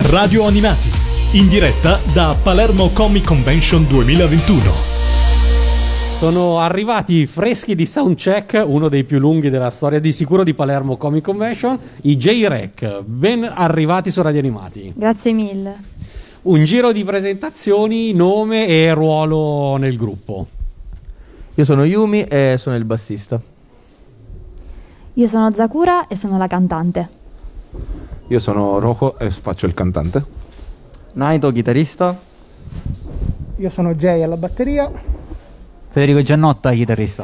Radio Animati, in diretta da Palermo Comic Convention 2021. Sono arrivati freschi di soundcheck, uno dei più lunghi della storia di sicuro di Palermo Comic Convention, i J-Rec. Ben arrivati su Radio Animati. Grazie mille. Un giro di presentazioni, nome e ruolo nel gruppo. Io sono Yumi e sono il bassista. Io sono Zakura e sono la cantante. Io sono Rocco e faccio il cantante. Naito, chitarrista. Io sono Jay alla batteria. Federico Giannotta, chitarrista.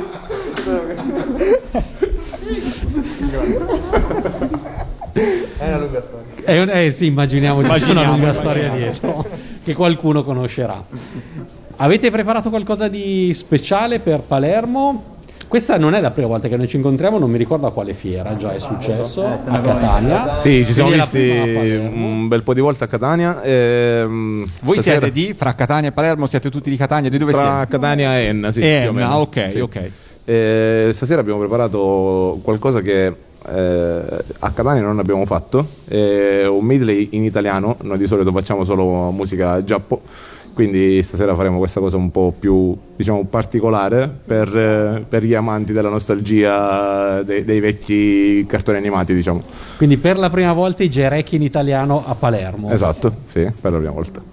È una lunga storia. Sì, immaginiamoci c'è una lunga storia dietro che qualcuno conoscerà. Avete preparato qualcosa di speciale per Palermo? Questa non è la prima volta che noi ci incontriamo, non mi ricordo a quale fiera, già è successo a Catania. Sì, ci siamo Quindi è la visti prima a Palermo. un bel po' di volte a Catania. Voi siete fra Catania e Palermo, siete tutti di Catania? Di dove siete? Tra Catania e Enna, sì. Più o meno. Ok, sì. ok. Stasera abbiamo preparato qualcosa che a Catania non abbiamo fatto, un medley in italiano. Noi di solito facciamo solo musica giappo, quindi stasera faremo questa cosa un po' più, diciamo, particolare per gli amanti della nostalgia dei vecchi cartoni animati, diciamo. Quindi per la prima volta i J-Rec in italiano a Palermo. Esatto, sì, per la prima volta.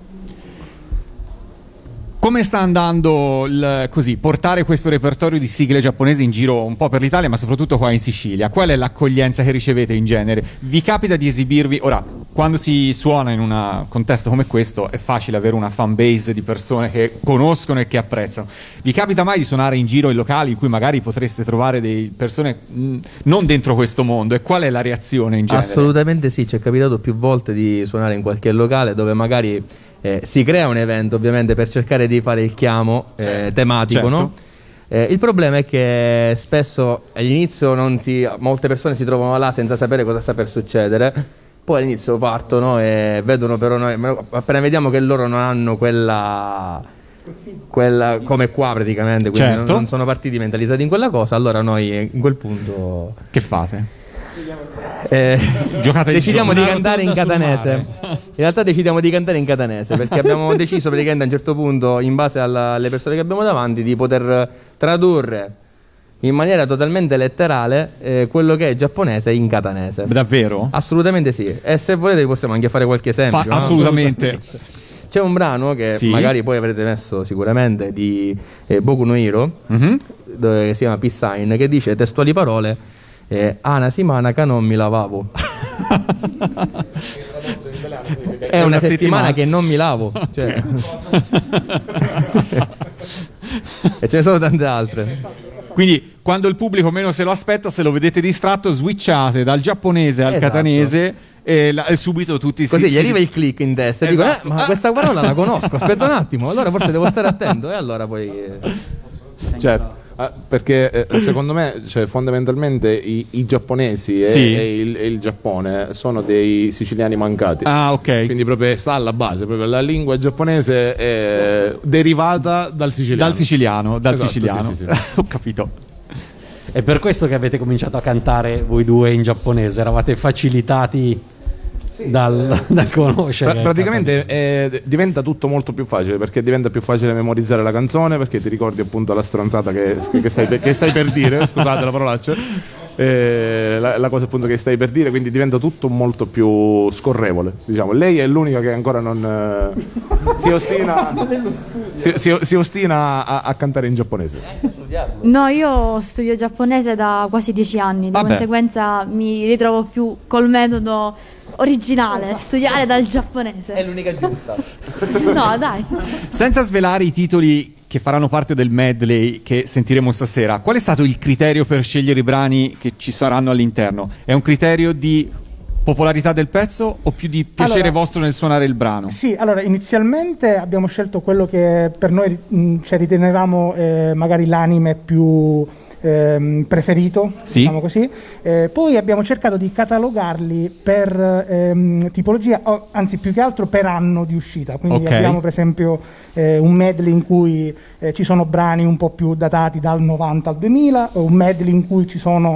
Come sta andando portare questo repertorio di sigle giapponesi in giro un po' per l'Italia, ma soprattutto qua in Sicilia? Qual è l'accoglienza che ricevete in genere? Vi capita di esibirvi? Ora, quando si suona in un contesto come questo è facile avere una fan base di persone che conoscono e che apprezzano. Vi capita mai di suonare in giro in locali in cui magari potreste trovare delle persone non dentro questo mondo? E qual è la reazione in genere? Assolutamente sì, ci è capitato più volte di suonare in qualche locale dove magari si crea un evento, ovviamente, per cercare di fare il chiamo tematico, certo. no? Il problema è che spesso all'inizio molte persone si trovano là senza sapere cosa sta per succedere, poi all'inizio partono e vedono però noi, appena vediamo che loro non hanno quella come qua praticamente, quindi certo. non sono partiti mentalizzati in quella cosa, allora noi in quel punto che fate? Decidiamo di cantare in catanese. In realtà decidiamo di cantare in catanese perché abbiamo deciso praticamente a un certo punto, in base alle persone che abbiamo davanti, di poter tradurre in maniera totalmente letterale quello che è giapponese in catanese. Davvero? Assolutamente sì. E se volete possiamo anche fare qualche esempio. Assolutamente. C'è un brano che magari poi avrete messo sicuramente di Boku no Hero, che si chiama Peace Sign, che dice testuali parole: Ana Simana che non mi lavavo. È una settimana che non mi lavo, cioè. E ce ne sono tante altre. Quindi quando il pubblico meno se lo aspetta, se lo vedete distratto, switchate dal giapponese al Esatto. catanese e subito tutti così gli arriva il click in testa, esatto. E dico ma questa parola la conosco, aspetta un attimo, allora forse devo stare attento, e allora poi Certo. Perché secondo me, cioè, fondamentalmente i giapponesi e il Giappone sono dei siciliani mancati. Ah, ok. Quindi proprio sta alla base, proprio la lingua giapponese è derivata dal siciliano. Dal Esatto, siciliano. sì. Ho capito. È per questo che avete cominciato a cantare voi due in giapponese, eravate facilitati dal conoscere. Praticamente diventa tutto molto più facile, perché diventa più facile memorizzare la canzone, perché ti ricordi appunto la stronzata che stai per dire, scusate la parolaccia, la cosa appunto che stai per dire, quindi diventa tutto molto più scorrevole, diciamo. Lei è l'unica che ancora non si ostina a cantare in giapponese. No, io studio giapponese da quasi 10 anni, di conseguenza mi ritrovo più col metodo originale, studiare dal giapponese. è l'unica giusta. No, dai. Senza svelare i titoli che faranno parte del medley che sentiremo stasera, qual è stato il criterio per scegliere i brani che ci saranno all'interno? È un criterio di popolarità del pezzo o più di piacere vostro nel suonare il brano? Sì, allora inizialmente abbiamo scelto quello che per noi ritenevamo magari l'anime più preferito, diciamo così. Poi abbiamo cercato di catalogarli per tipologia, anzi più che altro per anno di uscita, quindi abbiamo per esempio un medley in cui ci sono brani un po' più datati dal 90 al 2000, un medley in cui ci sono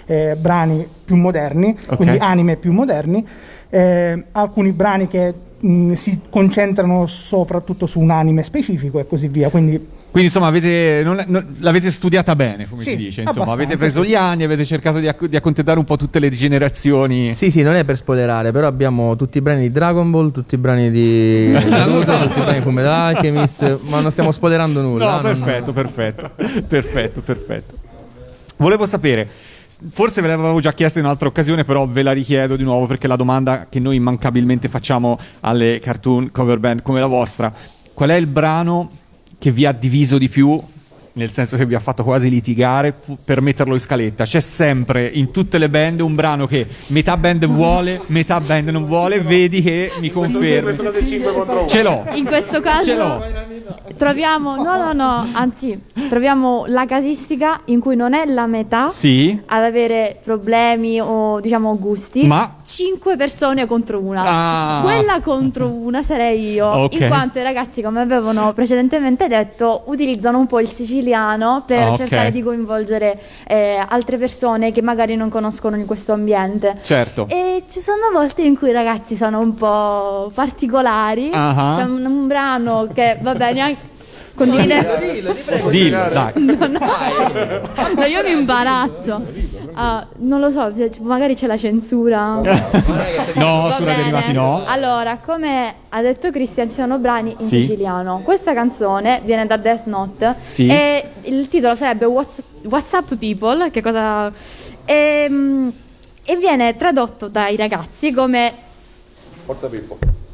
brani più moderni, quindi anime più moderni, alcuni brani che si concentrano soprattutto su un anime specifico e così via, quindi insomma l'avete studiata bene, come si dice, insomma avete preso gli anni, avete cercato di accontentare un po' tutte le generazioni. Sì, non è per spoilerare, però abbiamo tutti i brani di Dragon Ball, tutti i brani di Naruto, tutti i brani di Fullmetal Alchemist, ma non stiamo spoilerando nulla. No, perfetto. Volevo sapere, forse ve l'avevo già chiesto in un'altra occasione, però ve la richiedo di nuovo perché è la domanda che noi immancabilmente facciamo alle cartoon cover band come la vostra: qual è il brano che vi ha diviso di più, nel senso che vi ha fatto quasi litigare per metterlo in scaletta? C'è sempre in tutte le band un brano che metà band vuole, metà band non vuole. Vedi che mi confermi. Ce l'ho. In questo caso ce l'ho. Troviamo anzi troviamo la casistica in cui non è la metà ad avere problemi o diciamo gusti, ma 5 persone contro una. Quella contro una sarei io, in quanto i ragazzi, come avevano precedentemente detto, utilizzano un po' il siciliano per cercare di coinvolgere altre persone che magari non conoscono in questo ambiente. Certo. E ci sono volte in cui i ragazzi sono un po' particolari. C'è un brano che va bene anche Dillo, dai. No, io mi imbarazzo. Non lo so, magari c'è la censura. No, su Radio Animati no. Allora, come ha detto Christian, ci sono brani in siciliano. Questa canzone viene da Death Note e il titolo sarebbe What's Up People, che cosa... e viene tradotto dai ragazzi come Forza Pippo.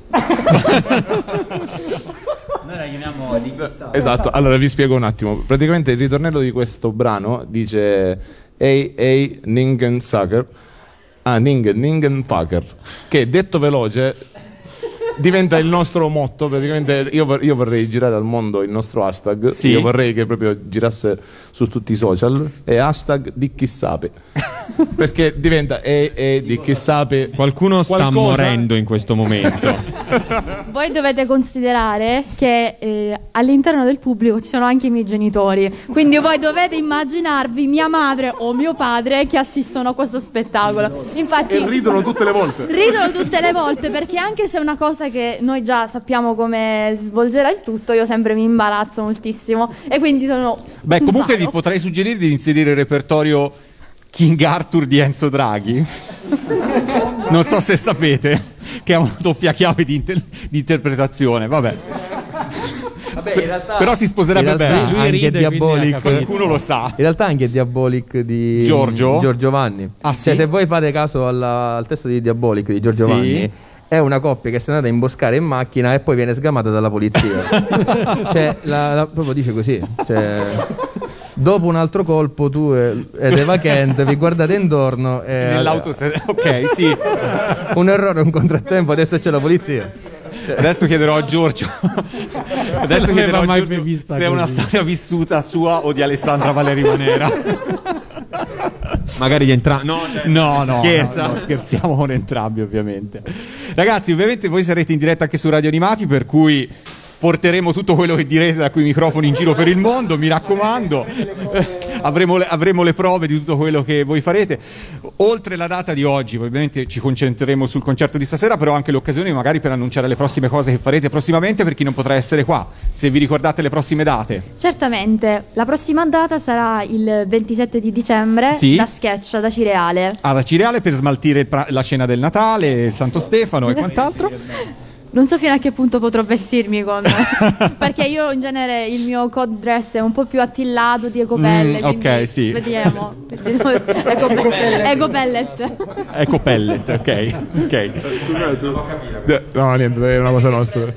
Noi la chiamiamo di chissà. Esatto, allora vi spiego un attimo. Praticamente il ritornello di questo brano dice Hey Ningen Sucker, Ningen Fucker, che detto veloce diventa il nostro motto. Praticamente io vorrei girare al mondo il nostro hashtag. Io vorrei che proprio girasse su tutti i social. È hashtag di chi sape. Perché diventa di chi sape. Qualcuno sta morendo in questo momento. Voi dovete considerare che all'interno del pubblico ci sono anche i miei genitori, quindi voi dovete immaginarvi mia madre o mio padre che assistono a questo spettacolo. Infatti ridono tutte le volte perché anche se è una cosa che noi già sappiamo come si svolgerà il tutto, io sempre mi imbarazzo moltissimo e quindi sono... Comunque vi potrei suggerire di inserire il repertorio King Arthur di Enzo Draghi. Non so se sapete che è una doppia chiave di interpretazione. Vabbè, in realtà, però si sposerebbe bene. Lui anche Diabolic, qualcuno lo sa. In realtà anche Diabolic di Giorgio Vanni. Cioè, se voi fate caso al testo di Diabolic di Giorgio Vanni, è una coppia che si è andata a imboscare in macchina e poi viene sgamata dalla polizia. Cioè, proprio dice così. Cioè, dopo un altro colpo tu ed Eva Kent vi guardate intorno e nell'auto un errore, un contrattempo, adesso c'è la polizia. Adesso chiederò a Giorgio se è una storia vissuta sua o di Alessandra Valeri Manera. Magari di entrambi. No, scherza. No, scherziamo con entrambi, ovviamente. Ragazzi, ovviamente voi sarete in diretta anche su Radio Animati, per cui porteremo tutto quello che direte da quei microfoni in giro per il mondo, mi raccomando. Avremo le prove di tutto quello che voi farete. Oltre la data di oggi, ovviamente ci concentreremo sul concerto di stasera, però anche l'occasione magari per annunciare le prossime cose che farete prossimamente per chi non potrà essere qua. Se vi ricordate le prossime date. Certamente, la prossima data sarà il 27 di dicembre da Sketch, da Cireale. Da Cireale, per smaltire la cena del Natale, il Santo Stefano e quant'altro. Non so fino a che punto potrò vestirmi perché io in genere il mio code dress è un po' più attillato di Ecopelle. Vediamo. Ecopellet, ok. No, niente, è una cosa nostra.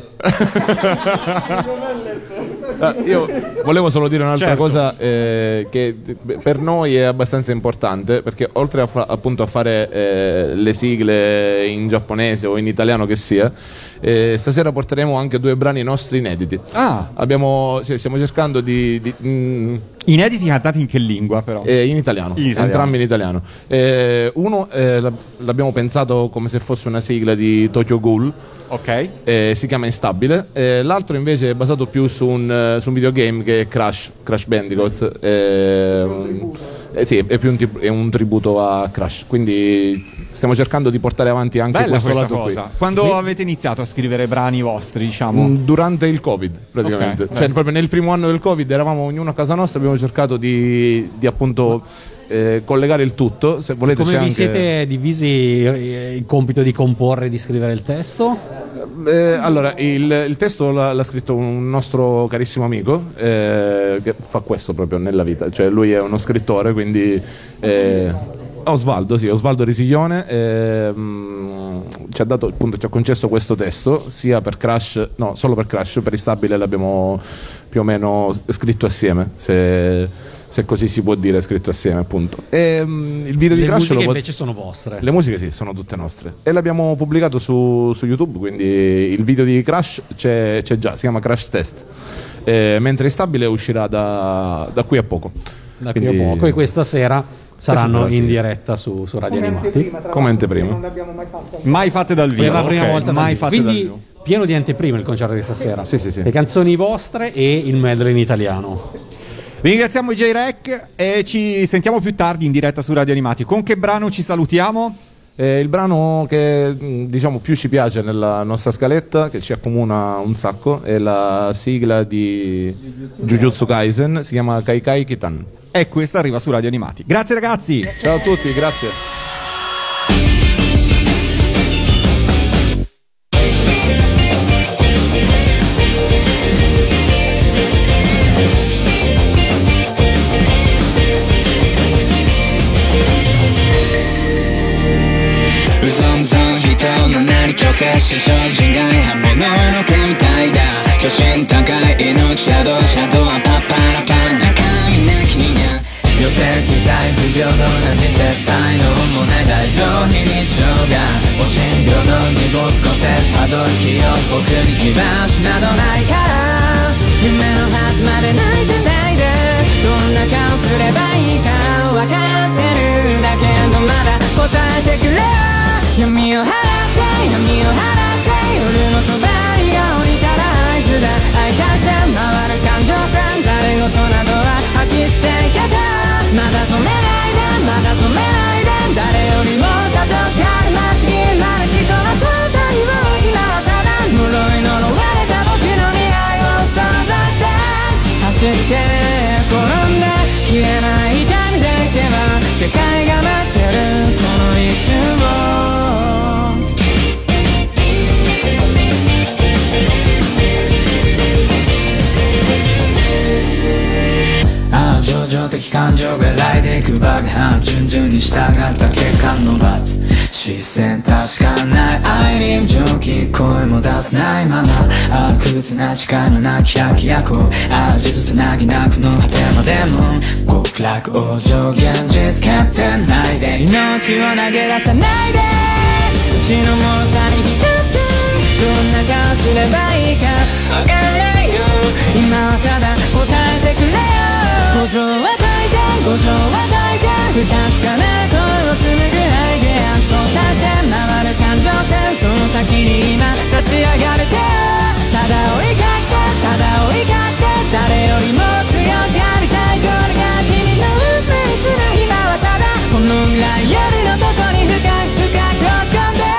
Io volevo solo dire un'altra cosa che per noi è abbastanza importante, perché oltre appunto a fare le sigle in giapponese o in italiano che sia, stasera porteremo anche 2 brani nostri inediti. Stiamo cercando di inediti cantati in che lingua però? In italiano, entrambi in italiano. Uno l'abbiamo pensato come se fosse una sigla di Tokyo Ghoul. Si chiama Instabile. L'altro invece è basato più su un videogame che è Crash Bandicoot. Sì, è più è un tributo a Crash, quindi stiamo cercando di portare avanti anche questo lato cosa. qui. Quando avete iniziato a scrivere brani vostri, diciamo? Durante il Covid, praticamente. Okay, cioè, proprio nel primo anno del Covid eravamo ognuno a casa nostra, abbiamo cercato di appunto collegare il tutto. Se volete, come c'è vi siete divisi il compito di comporre e di scrivere il testo? Allora, il testo l'ha scritto un nostro carissimo amico che fa questo proprio nella vita, cioè lui è uno scrittore, quindi Osvaldo Risiglione ci ha concesso questo testo sia per Crash, no, solo per Crash, per Instabile l'abbiamo più o meno scritto assieme, se così si può dire, scritto assieme, appunto. E il video di Crash invece sono vostre. Le musiche sì, sono tutte nostre. E l'abbiamo pubblicato su YouTube, quindi il video di Crash c'è già, si chiama Crash Test. Mentre Instabile uscirà da qui a poco. E questa sera saranno in diretta su Radio Animati. Come anteprima. Non l'abbiamo mai fatta. Mai fatte dal vivo. È la prima volta mai fatte quindi dal vivo. pieno di anteprime il concerto di stasera. Sì. Le canzoni vostre e il medley in italiano. Ringraziamo i J-Rec e ci sentiamo più tardi in diretta su Radio Animati. Con che brano ci salutiamo? Il brano che diciamo più ci piace nella nostra scaletta, che ci accomuna un sacco, è la sigla di Jujutsu Kaisen, si chiama Kaikai Kitan. E questa arriva su Radio Animati. Grazie ragazzi. Ciao a tutti, grazie. 強制し精進外反物の神体だ巨神高い命シャドウはパッパラパン中身なき人間寄せ期待不平等な人生才能もない大丈夫非日常がお診療の荷物個性たどる気を僕に居場所などないから夢のはずまで泣いてないでどんな顔すればいいか分かってるだけどまだ答えてくれ闇を払って闇を払って夜の帳が降りたら合図だ愛化して回る感情線誰事などは吐き捨てけたまだ止めないでまだ止めないで誰よりも里かる街になる人の正体を今はただ呪い呪われた僕の未来を想像して走って転んで消えない痛みでいけば世界が待ってるこの一瞬を情緒的感情が来ていく爆破順々に従った血管の罰視線確かない愛に無情気声も出せないまま悪屈な力のなき百役を味とつなぎなくの果てまでも極楽往生現実決定ないで命を投げ出さないでうちの脆さに浸ってどんな顔すればいいかわからないよ今はただ答えてくれよ五条は大抵五条は大抵不確かな声を紡ぐアイデア操作して回る感情線その先に今立ち上がれてただ追いかけてただ追いかけて誰よりも強くありたいこれが君の運命する今はただこの未来よりの底に深く深く落ち込んで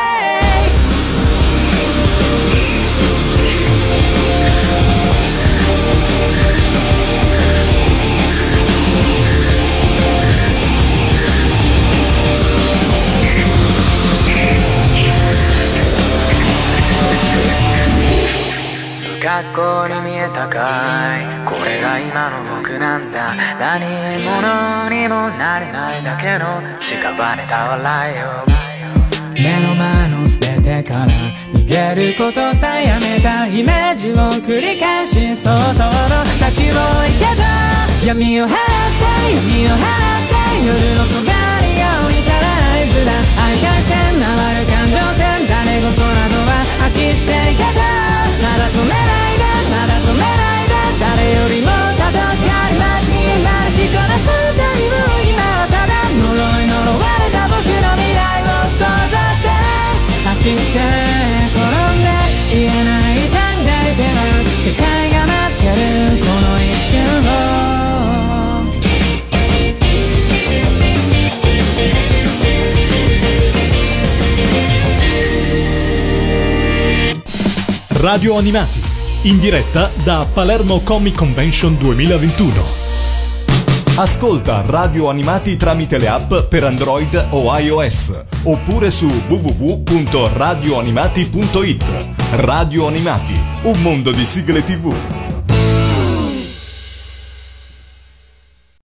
学校に見えたかいこれが今の僕なんだ何者にもなれないだけの屍た笑いよ目の前の全てから逃げることさえやめたイメージを繰り返し想像の先を行けた闇を払って闇を払って夜の帳が降りたら合図だ愛化して回る感情線誰事などは吐き捨てけたまだ止めないでまだ止めないで誰よりもたどかる街になる人の正体を今はただ呪い呪われた僕の未来を想像して走って転んで言えない痛んでいても世界が待ってるこの一瞬を Radio Animati, in diretta da Palermo Comic Convention 2021. Ascolta Radio Animati tramite le app per Android o iOS oppure su www.radioanimati.it. Radio Animati, un mondo di sigle TV.